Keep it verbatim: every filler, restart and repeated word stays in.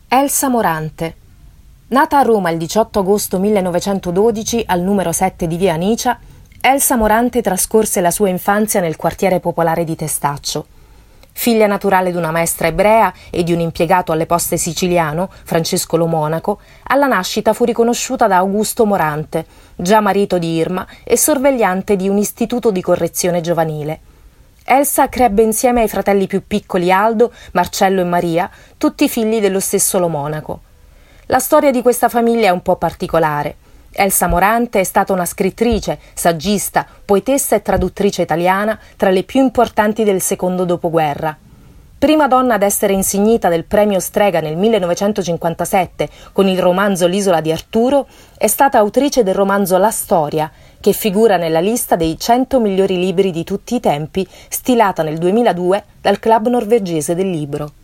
Elsa Morante. Nata a Roma il diciotto agosto millenovecentododici al numero sette di via Anicia, Elsa Morante trascorse la sua infanzia nel quartiere popolare di Testaccio. Figlia naturale di una maestra ebrea e di un impiegato alle poste siciliano, Francesco Lo Monaco, alla nascita fu riconosciuta da Augusto Morante, già marito di Irma e sorvegliante di un istituto di correzione giovanile. Elsa crebbe insieme ai fratelli più piccoli Aldo, Marcello e Maria, tutti figli dello stesso Lo Monaco. La storia di questa famiglia è un po' particolare. Elsa Morante è stata una scrittrice, saggista, poetessa e traduttrice italiana tra le più importanti del secondo dopoguerra. Prima donna ad essere insignita del premio Strega nel millenovecentocinquantasette con il romanzo L'isola di Arturo, è stata autrice del romanzo La storia, che figura nella lista dei cento migliori libri di tutti i tempi, stilata nel duemiladue dal Club norvegese del libro.